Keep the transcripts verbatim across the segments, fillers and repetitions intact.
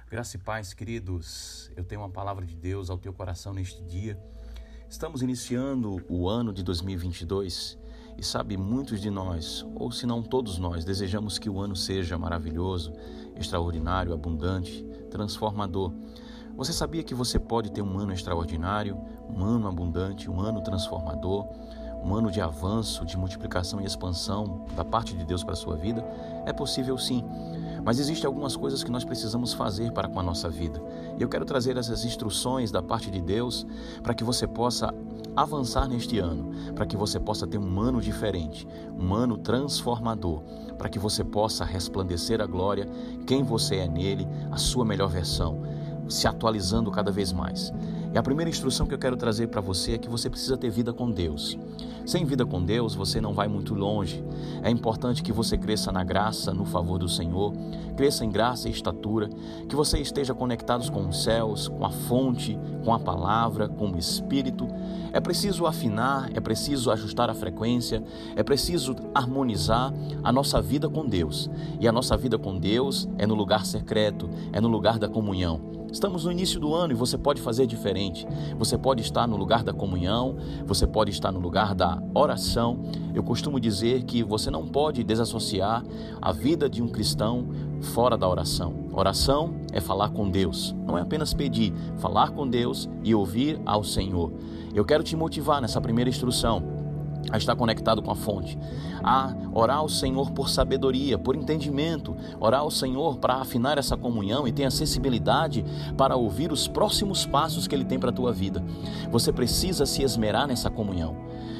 Graça e paz, queridos. Eu tenho uma palavra de Deus ao teu coração neste dia. Estamos iniciando o ano de dois mil e vinte e dois e sabe, muitos de nós, ou se não todos nós, desejamos que o ano seja maravilhoso, extraordinário, abundante, transformador. Você sabia que você pode ter um ano extraordinário, um ano abundante, um ano transformador, um ano de avanço, de multiplicação e expansão da parte de Deus para a sua vida? É possível sim, mas existem algumas coisas que nós precisamos fazer para com a nossa vida. E eu quero trazer essas instruções da parte de Deus para que você possa avançar neste ano, para que você possa ter um ano diferente, um ano transformador, para que você possa resplandecer a glória, quem você é nele, a sua melhor versão, se atualizando cada vez mais. E a primeira instrução que eu quero trazer para você é que você precisa ter vida com Deus. Sem vida com Deus, você não vai muito longe. É importante que você cresça na graça, no favor do Senhor, cresça em graça e estatura, que você esteja conectado com os céus, com a fonte, com a palavra, com o Espírito. É preciso afinar, é preciso ajustar a frequência, é preciso harmonizar a nossa vida com Deus. E a nossa vida com Deus é no lugar secreto, é no lugar da comunhão. Estamos no início do ano e você pode fazer diferente. Você pode estar no lugar da comunhão, você pode estar no lugar da oração. Eu costumo dizer que você não pode desassociar a vida de um cristão fora da oração. Oração é falar com Deus, não é apenas pedir, falar com Deus e ouvir ao Senhor. Eu quero te motivar nessa primeira instrução a estar conectado com a fonte, a orar ao Senhor por sabedoria, por entendimento, orar ao Senhor para afinar essa comunhão e ter a sensibilidade para ouvir os próximos passos que Ele tem para a tua vida. Você precisa se esmerar nessa comunhão.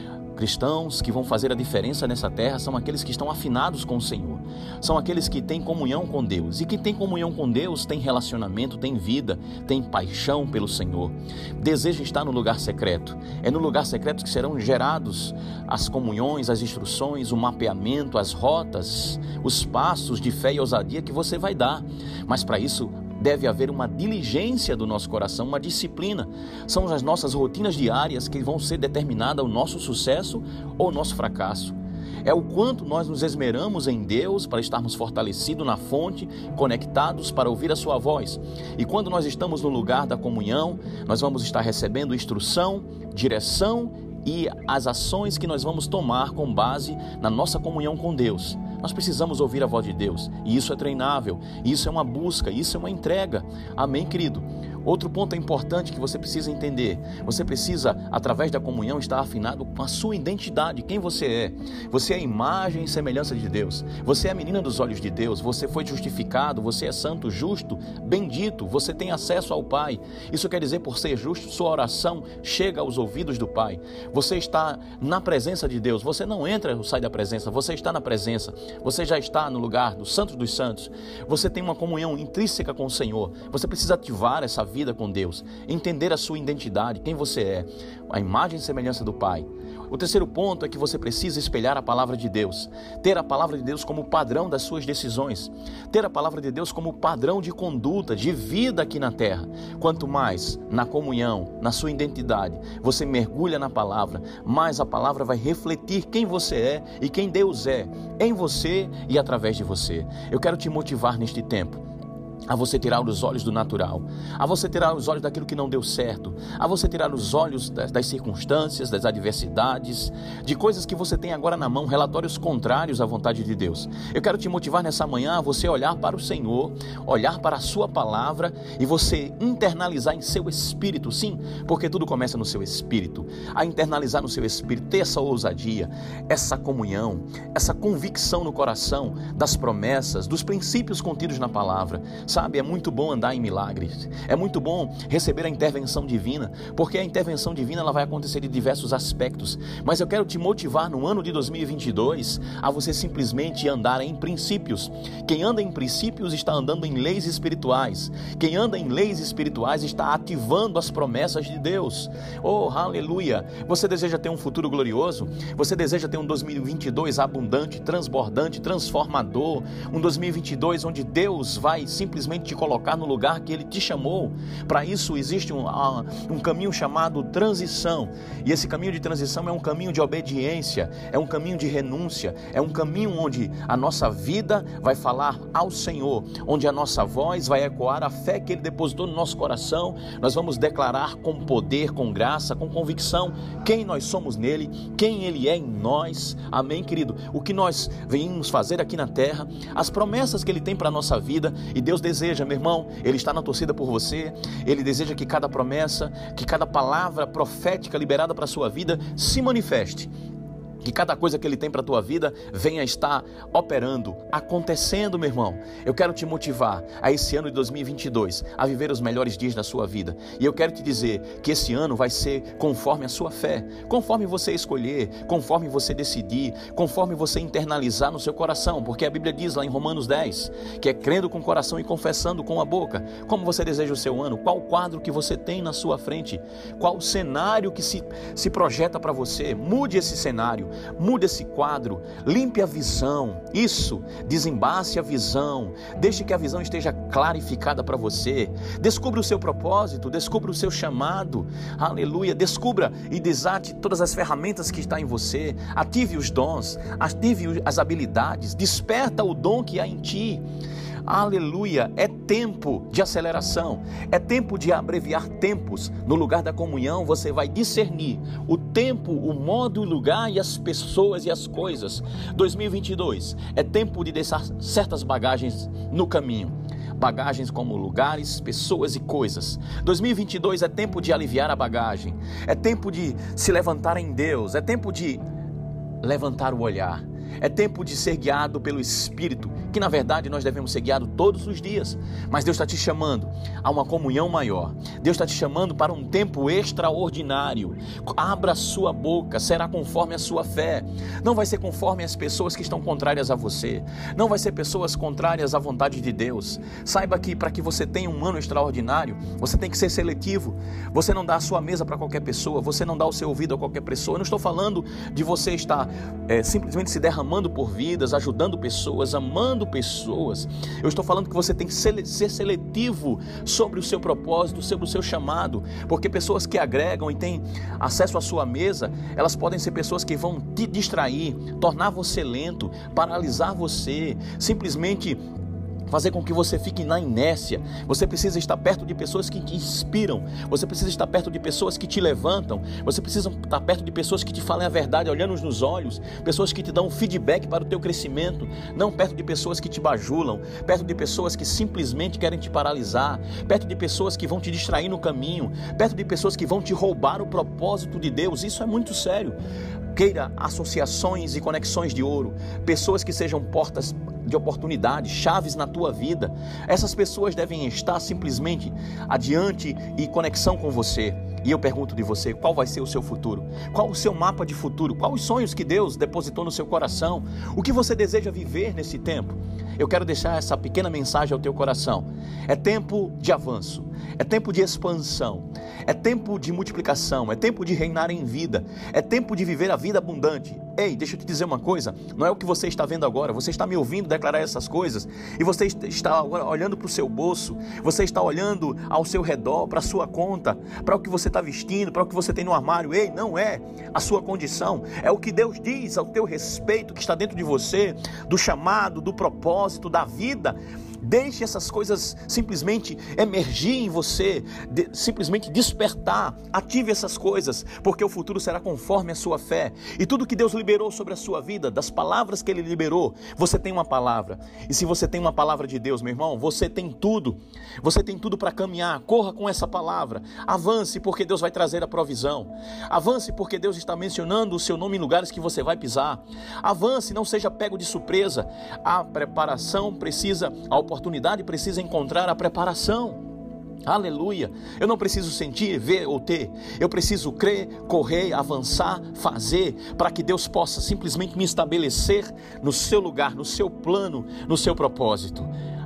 Cristãos que vão fazer a diferença nessa terra são aqueles que estão afinados com o Senhor, são aqueles que têm comunhão com Deus, e quem tem comunhão com Deus tem relacionamento, tem vida, tem paixão pelo Senhor, deseja estar no lugar secreto. É no lugar secreto que serão gerados as comunhões, as instruções, o mapeamento, as rotas, os passos de fé e ousadia que você vai dar, mas para isso deve haver uma diligência do nosso coração, uma disciplina. São as nossas rotinas diárias que vão ser determinadas o nosso sucesso ou o nosso fracasso. É o quanto nós nos esmeramos em Deus para estarmos fortalecidos na fonte, conectados para ouvir a sua voz. E quando nós estamos no lugar da comunhão, nós vamos estar recebendo instrução, direção e as ações que nós vamos tomar com base na nossa comunhão com Deus. Nós precisamos ouvir a voz de Deus, e isso é treinável, isso é uma busca, isso é uma entrega. Amém, querido? Outro ponto importante que você precisa entender: você precisa, através da comunhão, estar afinado com a sua identidade, quem você é. Você é a imagem e semelhança de Deus, você é a menina dos olhos de Deus, você foi justificado, você é santo, justo, bendito, você tem acesso ao Pai. Isso quer dizer, por ser justo, sua oração chega aos ouvidos do Pai. Você está na presença de Deus, você não entra ou sai da presença, você está na presença. Você já está no lugar do Santo dos Santos. Você tem uma comunhão intrínseca com o Senhor. Você precisa ativar essa vida com Deus, entender a sua identidade, quem você é, a imagem e semelhança do Pai. O terceiro ponto é que você precisa espelhar a palavra de Deus, ter a palavra de Deus como padrão das suas decisões, ter a palavra de Deus como padrão de conduta, de vida aqui na terra. Quanto mais na comunhão, na sua identidade, você mergulha na palavra, mais a palavra vai refletir quem você é e quem Deus é em você e através de você. Eu quero te motivar neste tempo a você tirar os olhos do natural, a você tirar os olhos daquilo que não deu certo, a você tirar os olhos das, das circunstâncias, das adversidades, de coisas que você tem agora na mão, relatórios contrários à vontade de Deus. Eu quero te motivar nessa manhã a você olhar para o Senhor, olhar para a sua palavra e você internalizar em seu espírito, sim, porque tudo começa no seu espírito, a internalizar no seu espírito, ter essa ousadia, essa comunhão, essa convicção no coração das promessas, dos princípios contidos na palavra. Sabe, é muito bom andar em milagres, é muito bom receber a intervenção divina, porque a intervenção divina ela vai acontecer de diversos aspectos, mas eu quero te motivar no ano de dois mil e vinte e dois a você simplesmente andar em princípios. Quem anda em princípios está andando em leis espirituais, quem anda em leis espirituais está ativando as promessas de Deus. Oh, aleluia! Você deseja ter um futuro glorioso? Você deseja ter um dois mil e vinte e dois abundante, transbordante, transformador, um dois mil e vinte e dois onde Deus vai simplesmente simplesmente te colocar no lugar que Ele te chamou. Para isso existe um, um caminho chamado transição, e esse caminho de transição é um caminho de obediência, é um caminho de renúncia, é um caminho onde a nossa vida vai falar ao Senhor, onde a nossa voz vai ecoar a fé que Ele depositou no nosso coração. Nós vamos declarar com poder, com graça, com convicção quem nós somos nele, quem Ele é em nós. Amém, querido? O que nós venhamos fazer aqui na terra, as promessas que Ele tem para a nossa vida. E Deus deseja, meu irmão, Ele está na torcida por você. Ele deseja que cada promessa, que cada palavra profética liberada para a sua vida se manifeste. Que cada coisa que Ele tem para a tua vida venha estar operando, acontecendo, meu irmão. Eu quero te motivar a esse ano de dois mil e vinte e dois, a viver os melhores dias da sua vida. E eu quero te dizer que esse ano vai ser conforme a sua fé, conforme você escolher, conforme você decidir, conforme você internalizar no seu coração. Porque a Bíblia diz lá em Romanos dez, que é crendo com o coração e confessando com a boca. Como você deseja o seu ano? Qual o quadro que você tem na sua frente? Qual o cenário que se, se projeta para você? Mude esse cenário. Mude esse quadro, limpe a visão, isso, desembace a visão, deixe que a visão esteja clarificada para você, descubra o seu propósito, descubra o seu chamado, aleluia, descubra e desate todas as ferramentas que estão em você, ative os dons, ative as habilidades, desperta o dom que há em ti. Aleluia, é tempo de aceleração, é tempo de abreviar tempos. No lugar da comunhão você vai discernir o tempo, o modo, o lugar e as pessoas e as coisas. dois mil e vinte e dois é tempo de deixar certas bagagens no caminho. Bagagens como lugares, pessoas e coisas. dois mil e vinte e dois é tempo de aliviar a bagagem, é tempo de se levantar em Deus, é tempo de levantar o olhar. É tempo de ser guiado pelo Espírito, que na verdade nós devemos ser guiados todos os dias. Mas Deus está te chamando a uma comunhão maior. Deus está te chamando para um tempo extraordinário. Abra a sua boca, será conforme a sua fé. Não vai ser conforme as pessoas que estão contrárias a você. Não vai ser pessoas contrárias à vontade de Deus. Saiba que para que você tenha um ano extraordinário, você tem que ser seletivo. Você não dá a sua mesa para qualquer pessoa. Você não dá o seu ouvido a qualquer pessoa. Eu não estou falando de você estar é, simplesmente se derramando amando por vidas, ajudando pessoas, amando pessoas. Eu estou falando que você tem que ser seletivo sobre o seu propósito, sobre o seu chamado, porque pessoas que agregam e têm acesso à sua mesa, elas podem ser pessoas que vão te distrair, tornar você lento, paralisar você, simplesmente fazer com que você fique na inércia. Você precisa estar perto de pessoas que te inspiram. Você precisa estar perto de pessoas que te levantam. Você precisa estar perto de pessoas que te falem a verdade, olhando nos olhos. Pessoas que te dão feedback para o teu crescimento. Não perto de pessoas que te bajulam. Perto de pessoas que simplesmente querem te paralisar. Perto de pessoas que vão te distrair no caminho. Perto de pessoas que vão te roubar o propósito de Deus. Isso é muito sério. Queira associações e conexões de ouro. Pessoas que sejam portas de oportunidade, chaves na tua vida. Essas pessoas devem estar simplesmente adiante e conexão com você. E eu pergunto de você, qual vai ser o seu futuro? Qual o seu mapa de futuro? Quais os sonhos que Deus depositou no seu coração? O que você deseja viver nesse tempo? Eu quero deixar essa pequena mensagem ao teu coração. É tempo de avanço, é tempo de expansão, é tempo de multiplicação, é tempo de reinar em vida, é tempo de viver a vida abundante. Ei, deixa eu te dizer uma coisa, não é o que você está vendo agora, você está me ouvindo declarar essas coisas e você está agora olhando para o seu bolso, você está olhando ao seu redor, para a sua conta, para o que você está vestindo, para o que você tem no armário. Ei, não é a sua condição, é o que Deus diz ao teu respeito, que está dentro de você, do chamado, do propósito, da vida. Deixe essas coisas simplesmente emergir em você, de, simplesmente despertar, ative essas coisas, porque o futuro será conforme a sua fé. E tudo que Deus liberou sobre a sua vida, das palavras que Ele liberou, você tem uma palavra. E se você tem uma palavra de Deus, meu irmão, você tem tudo, você tem tudo para caminhar. Corra com essa palavra, avance, porque Deus vai trazer a provisão. Avance, porque Deus está mencionando o seu nome em lugares que você vai pisar. Avance, não seja pego de surpresa. A preparação precisa, a oportunidade precisa encontrar a preparação. Aleluia. Eu não preciso sentir, ver ou ter. Eu preciso crer, correr, avançar, fazer, para que Deus possa simplesmente me estabelecer no seu lugar, no seu plano, no seu propósito.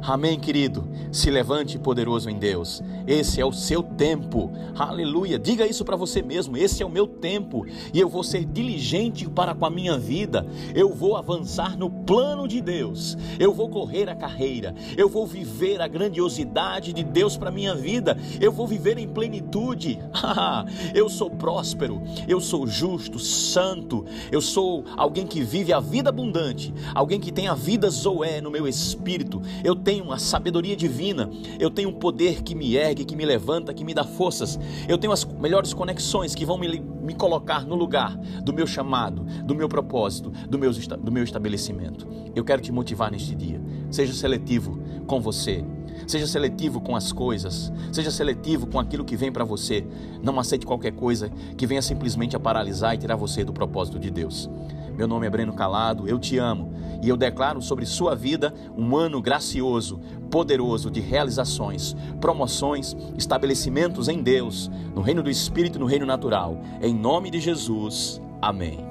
Amém, querido? Se levante poderoso em Deus. Esse é o seu tempo. Aleluia. Diga isso para você mesmo. Esse é o meu tempo. E eu vou ser diligente para com a minha vida. Eu vou avançar no plano de Deus. Eu vou correr a carreira. Eu vou viver a grandiosidade de Deus para a minha vida. Eu vou viver em plenitude. Eu sou próspero. Eu sou justo, santo. Eu sou alguém que vive a vida abundante. Alguém que tem a vida Zoé no meu espírito. Eu tenho tenho a sabedoria divina, eu tenho um poder que me ergue, que me levanta, que me dá forças, eu tenho as melhores conexões que vão me, me colocar no lugar do meu chamado, do meu propósito, do meu, do meu estabelecimento. Eu quero te motivar neste dia. Seja seletivo com você, seja seletivo com as coisas, seja seletivo com aquilo que vem para você. Não aceite qualquer coisa que venha simplesmente a paralisar e tirar você do propósito de Deus. Meu nome é Breno Calado, eu te amo e eu declaro sobre sua vida um ano gracioso, poderoso de realizações, promoções, estabelecimentos em Deus, no reino do Espírito e no reino natural. Em nome de Jesus, amém.